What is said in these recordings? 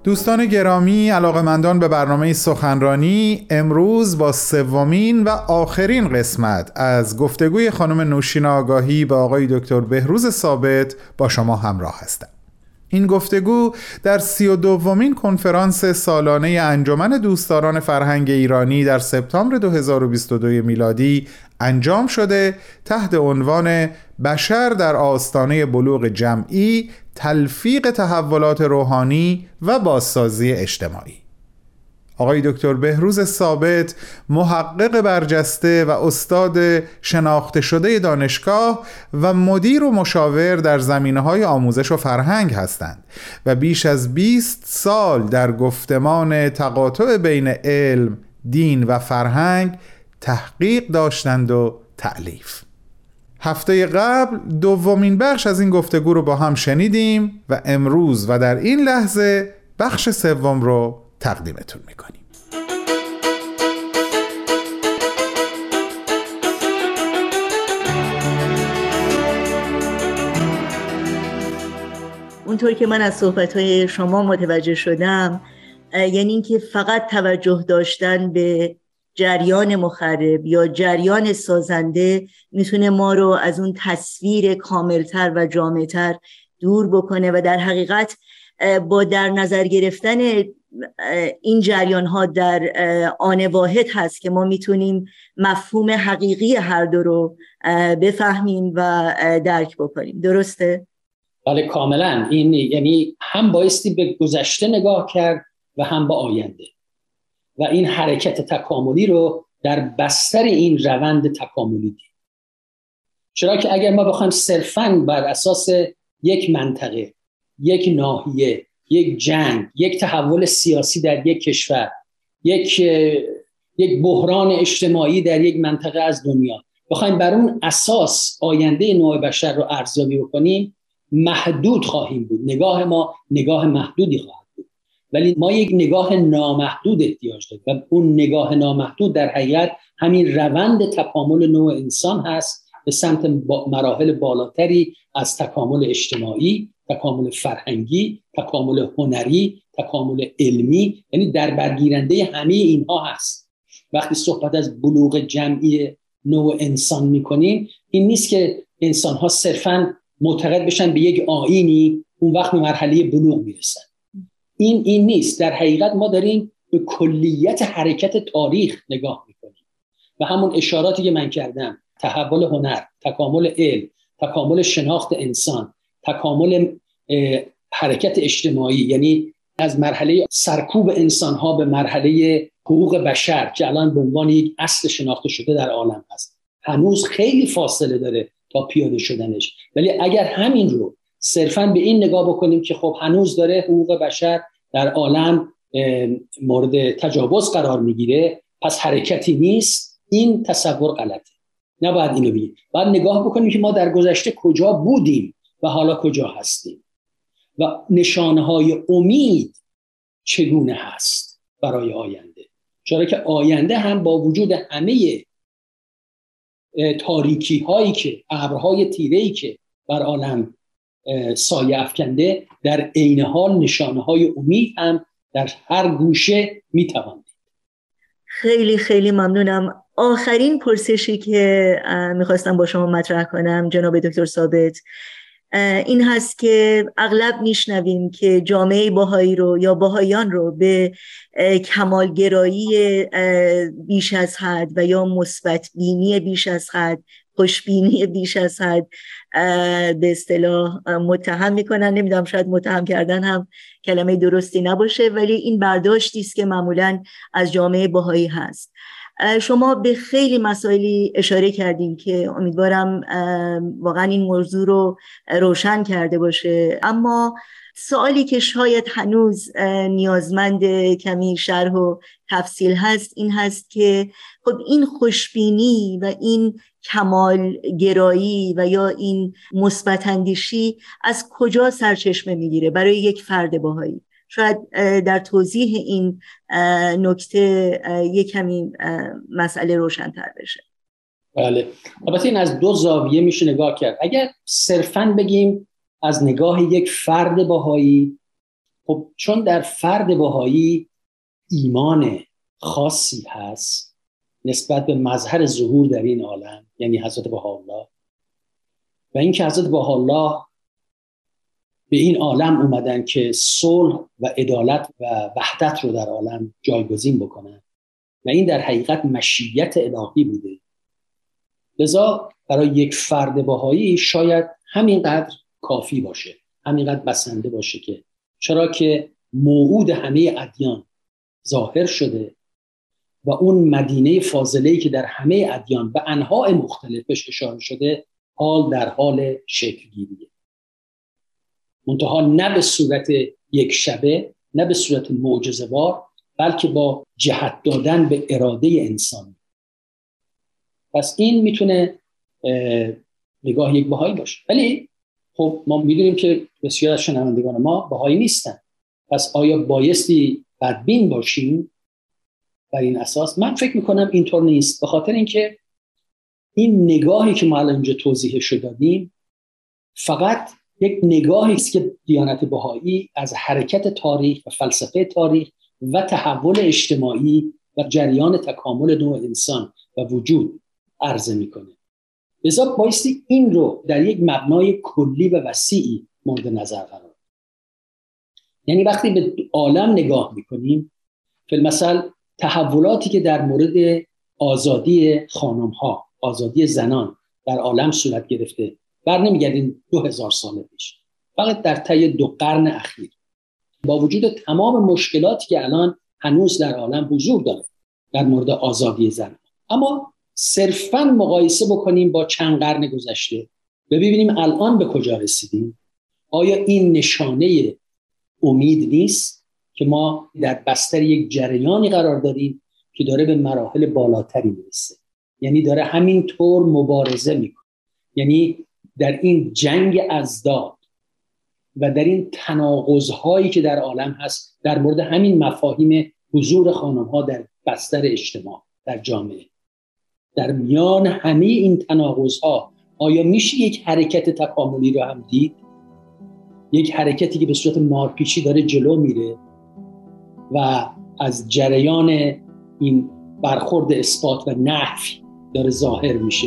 دوستان گرامی، علاقه‌مندان به برنامه سخنرانی، امروز با سومین و آخرین قسمت از گفتگوی خانم نوشین آگاهی با آقای دکتر بهروز ثابت با شما همراه هستم. این گفتگو در 32مین کنفرانس سالانه انجمن دوستداران فرهنگ ایرانی در سپتامبر 2022 میلادی انجام شده تحت عنوان بشر در آستانه بلوغ جمعی، تلفیق تحولات روحانی و بازسازی اجتماعی. آقای دکتر بهروز ثابت محقق برجسته و استاد شناخته شده دانشگاه و مدیر و مشاور در زمینه‌های آموزش و فرهنگ هستند و بیش از 20 سال در گفتمان تقاطع بین علم، دین و فرهنگ تحقیق داشتند و تألیف. هفته قبل دومین بخش از این گفتگو رو با هم شنیدیم و امروز و در این لحظه بخش سوم رو تقدیمتون میکنیم. اونطور که من از صحبت‌های شما متوجه شدم، یعنی اینکه فقط توجه داشتن به جریان مخرب یا جریان سازنده میتونه ما رو از اون تصویر کاملتر و جامعتر دور بکنه و در حقیقت با در نظر گرفتن این جریان ها در آن واحد هست که ما میتونیم مفهوم حقیقی هر دو رو بفهمیم و درک بکنیم. درسته؟ بله کاملا. این یعنی هم بایستی به گذشته نگاه کرد و هم به آینده و این حرکت تکاملی رو در بستر این روند تکاملی دید. چرا که اگر ما بخوایم صرفاً بر اساس یک منطقه، یک ناحیه، یک جنگ، یک تحول سیاسی در یک کشور، یک بحران اجتماعی در یک منطقه از دنیا بخوایم بر اون اساس آینده نوع بشر رو ارزیابی بکنیم، محدود خواهیم بود. نگاه ما نگاه محدودی خواهد بود. ولی ما یک نگاه نامحدود احتیاج داریم و اون نگاه نامحدود در حقیقت همین روند تکامل نوع انسان هست به سمت مراحل بالاتری از تکامل اجتماعی، تکامل فرهنگی، تکامل هنری، تکامل علمی، یعنی در برگیرنده همه اینها هست. وقتی صحبت از بلوغ جمعی نوع انسان میکنیم، این نیست که انسان‌ها صرفاً معتقد بشن به یک آیینی اون وقت به مرحله بلوغ میرسن. این نیست. در حقیقت ما داریم به کلیت حرکت تاریخ نگاه میکنیم و همون اشاراتی که من کردم، تحول هنر، تکامل علم، تکامل شناخت انسان، تکامل حرکت اجتماعی، یعنی از مرحله سرکوب انسان‌ها به مرحله حقوق بشر که الان به عنوان یک اصل شناخته شده در عالم هست، هنوز خیلی فاصله داره تا پیاده شدنش. ولی اگر همین رو صرفاً به این نگاه بکنیم که خب هنوز داره حقوق بشر در عالم مورد تجاوز قرار میگیره، پس حرکتی نیست، این تصور غلطه. نباید اینو بگیم. باید نگاه بکنیم که ما در گذشته کجا بودیم و حالا کجا هستیم و نشانه‌های امید چگونه هست برای آینده. چرا که آینده هم با وجود همه تاریکی هایی که، ابرهای تیره‌ای که بر عالم سایه افکنده، در عین حال نشانه های امید هم در هر گوشه میتوان دید. خیلی خیلی ممنونم. آخرین پرسشی که میخواستم با شما مطرح کنم جناب دکتر ثابت این هست که اغلب میشنویم که جامعه بهایی رو یا بهاییان رو به کمالگرایی بیش از حد و یا مثبت بینی بیش از حد، خوشبینی بیش از حد به اصطلاح متهم میکنن. نمیدونم، شاید متهم کردن هم کلمه درستی نباشه، ولی این برداشتی است که معمولاً از جامعه بهایی هست. شما به خیلی مسائلی اشاره کردین که امیدوارم واقعا این موضوع رو روشن کرده باشه، اما سوالی که شاید هنوز نیازمند کمی شرح و تفصیل هست این هست که خب این خوشبینی و این کمال گرایی و یا این مثبت اندیشی از کجا سرچشمه میگیره برای یک فرد بهایی؟ شاید در توضیح این نکته یک کمی مسئله روشن‌تر بشه. بله، البته این از دو زاویه میشه نگاه کرد. اگر صرفاً بگیم از نگاه یک فرد بهایی، خب چون در فرد بهایی ایمان خاصی هست نسبت به مظهر ظهور در این عالم، یعنی حضرت بهاءالله، و اینکه حضرت بهاءالله به این عالم اومدن که صلح و عدالت و وحدت رو در عالم جایگزین بکنن و این در حقیقت مشیت الهی بوده. لذا برای یک فرد بهایی شاید همینقدر کافی باشه، همینقدر بسنده باشه که چرا که موعود همه ادیان ظاهر شده و اون مدینه فاضله‌ای که در همه ادیان به انواع مختلفش اشاره شده حال در حال شکل گیریه، منتها نه به صورت یک شبه، نه به صورت معجزه‌وار، بلکه با جهت دادن به اراده انسان. پس این میتونه نگاه یک بهایی باشه. ولی خب ما میدونیم که بسیار از شنوندگان ما بهایی نیستن، پس آیا بایستی بدبین باشیم بر این اساس؟ من فکر میکنم اینطور نیست، به خاطر اینکه این نگاهی که ما الان اینجا توضیحش دادیم فقط یک نگاهی است که دیانت بهایی از حرکت تاریخ و فلسفه تاریخ و تحول اجتماعی و جریان تکامل نوع انسان و وجود عرضه میکنه. لذا بایستی این رو در یک مبنای کلی و وسیعی مورد نظر قرار. یعنی وقتی به عالم نگاه میکنیم، فی المثل تحولاتی که در مورد آزادی خانم‌ها، آزادی زنان در عالم صورت گرفته، بر نمیگردیم 2000 سال پیش، فقط در طی 2 قرن اخیر، با وجود تمام مشکلاتی که الان هنوز در عالم حضور داره در مورد آزادی زنان، اما صرفاً مقایسه بکنیم با چند قرن گذشته، ببینیم الان به کجا رسیدیم. آیا این نشانه امید نیست که ما در بستر یک جریانی قرار داریم که داره به مراحل بالاتری میرسه؟ یعنی داره همینطور مبارزه میکنه، یعنی در این جنگ ازداد و در این تناقض‌هایی که در عالم هست در مورد همین مفاهیم حضور خانم‌ها در بستر اجتماع در جامعه، در میان همه این تناقض‌ها آیا میشه یک حرکت تکاملی رو هم دید؟ یک حرکتی که به صورت مارپیچی داره جلو میره و از جریان این برخورد اثبات و نفی داره ظاهر میشه.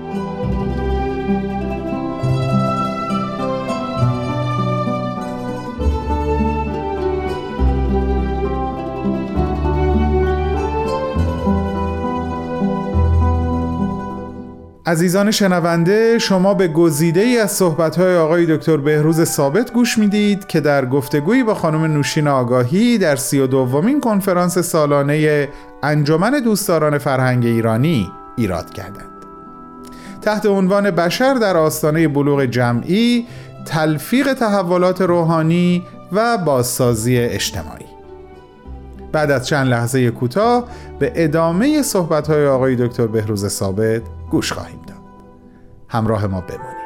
عزیزان شنونده، شما به گزیده‌ای از صحبت‌های آقای دکتر بهروز ثابت گوش میدید که در گفتگویی با خانم نوشین آگاهی در 32مین کنفرانس سالانه انجمن دوستداران فرهنگ ایرانی ایراد کردند. تحت عنوان بشر در آستانه بلوغ جمعی، تلفیق تحولات روحانی و بازسازی اجتماعی. بعد از چند لحظه کوتاه به ادامه صحبت‌های آقای دکتر بهروز ثابت گوش خواهیم داد. همراه ما بمانید.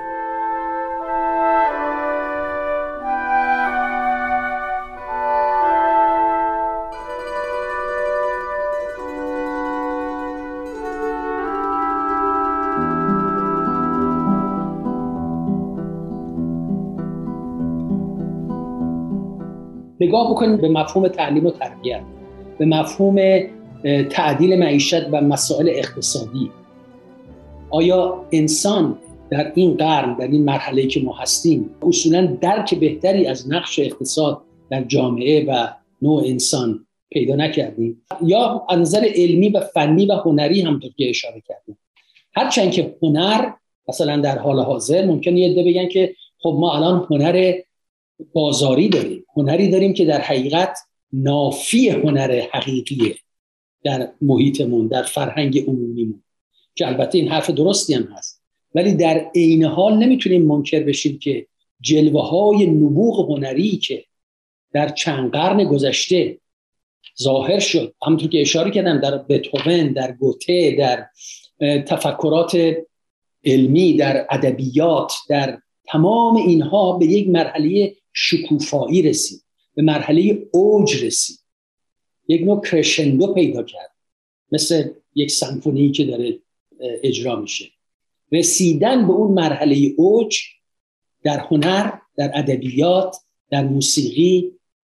نگاه بکنید به مفهوم تعلیم و تربیت، به مفهوم تعدیل معیشت و مسائل اقتصادی. آیا انسان در این قرن، در این مرحله که ما هستیم، اصولاً درک بهتری از نقش اقتصاد در جامعه و نوع انسان پیدا نکردیم؟ یا از نظر علمی و فنی و هنری همونطور که اشاره کردیم، هرچند که هنر مثلا در حال حاضر ممکنه یه عده بگن که خب ما الان هنر بازاری داریم، هنری داریم که در حقیقت نافی هنر حقیقیه در محیطمون، در فرهنگ عمومیمون، که البته این حرف درستی هم هست، ولی در عین حال نمیتونیم منکر بشیم که جلوه‌های نبوغ هنری که در چند قرن گذشته ظاهر شد، همونطور که اشاره کردم در بتهوون، در گوته، در تفکرات علمی، در ادبیات، در تمام اینها به یک مرحله شکوفایی رسید، به مرحله اوج رسید، یک نوع کرشندو پیدا کرد، مثل یک سمفونی که داره اجرا میشه. رسیدن به اون مرحله اوج در هنر، در ادبیات، در موسیقی،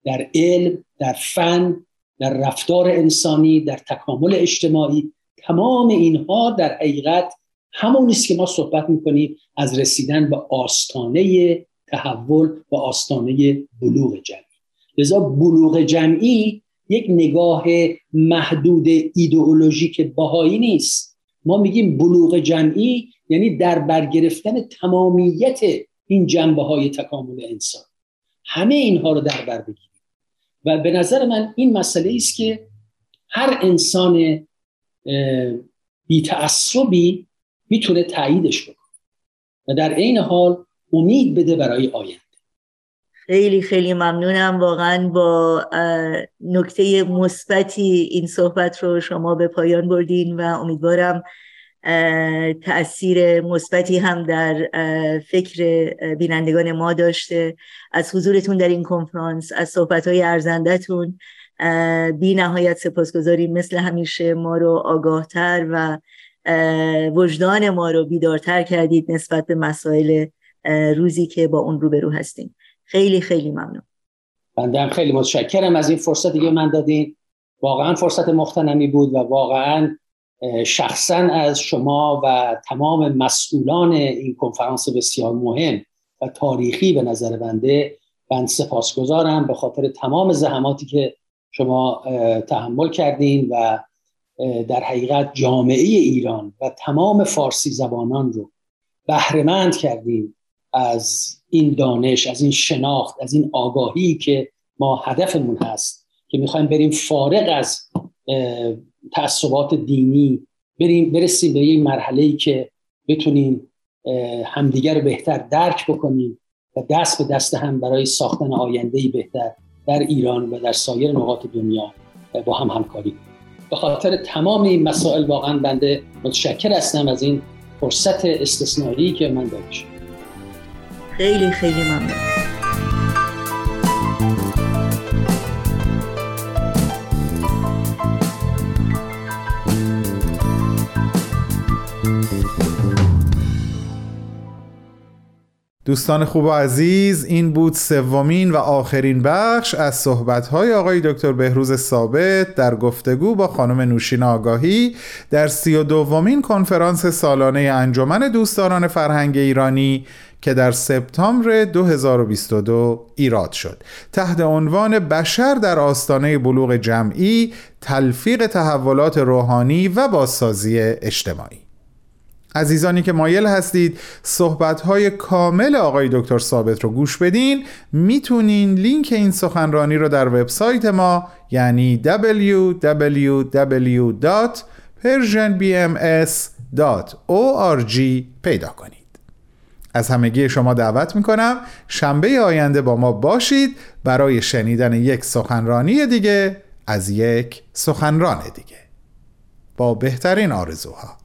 در علم، در فن، در رفتار انسانی، در تکامل اجتماعی. تمام اینها در حقیقت همون است که ما صحبت میکنیم از رسیدن به آستانه تحول و آستانه بلوغ جمعی. لذا بلوغ جمعی یک نگاه محدود ایدئولوژیک بهایی نیست. ما میگیم بلوغ جمعی یعنی در بر گرفتن تمامیت این جنبه‌های تکامل انسان، همه اینها رو در بر بگیریم. و به نظر من این مسئله است که هر انسان بی‌تعصبی میتونه تاییدش بکنه و در عین حال امید بده برای آینده. خیلی خیلی ممنونم، واقعا با نکته مثبتی این صحبت رو شما به پایان بردین و امیدوارم تأثیر مثبتی هم در فکر بینندگان ما داشته. از حضورتون در این کنفرانس، از صحبت‌های ارزنده‌تون بی نهایت سپاسگزاریم. مثل همیشه ما رو آگاهتر و وجدان ما رو بیدارتر کردید نسبت به مسائل روزی که با اون روبرو هستیم. خیلی خیلی ممنون. بنده خیلی متشکرم از این فرصتی که من دادین. واقعا فرصت مغتنمی بود و واقعا شخصا از شما و تمام مسئولان این کنفرانس بسیار مهم و تاریخی به نظر بنده سپاسگزارم به خاطر تمام زحماتی که شما تحمل کردین و در حقیقت جامعه ایران و تمام فارسی زبانان رو بهره‌مند کردین از این دانش، از این شناخت، از این آگاهی که ما هدفمون هست که میخوایم بریم فارغ از تعصبات دینی، برسیم به یک مرحله‌ای که بتونیم همدیگر رو بهتر درک بکنیم و دست به دست هم برای ساختن آینده‌ای بهتر در ایران و در سایر نقاط دنیا با هم همکاری کنیم. به خاطر تمام این مسائل واقعا بنده متشکر هستم از این فرصت استثنایی که من داده شد. خیلی خیلی ممنون. دوستان خوب و عزیز، این بود سومین و آخرین بخش از صحبت‌های آقای دکتر بهروز ثابت در گفتگو با خانم نوشین آگاهی در 32مین کنفرانس سالانه انجمن دوستداران فرهنگ ایرانی که در سپتامبر 2022 ایراد شد تحت عنوان بشر در آستانه بلوغ جمعی، تلفیق تحولات روحانی و بازسازی اجتماعی. عزیزانی که مایل هستید صحبت‌های کامل آقای دکتر ثابت رو گوش بدین، میتونین لینک این سخنرانی رو در وبسایت ما یعنی www.persianbms.org پیدا کنید. از همگی شما دعوت میکنم شنبه آینده با ما باشید برای شنیدن یک سخنرانی دیگه از یک سخنران دیگه. با بهترین آرزوها.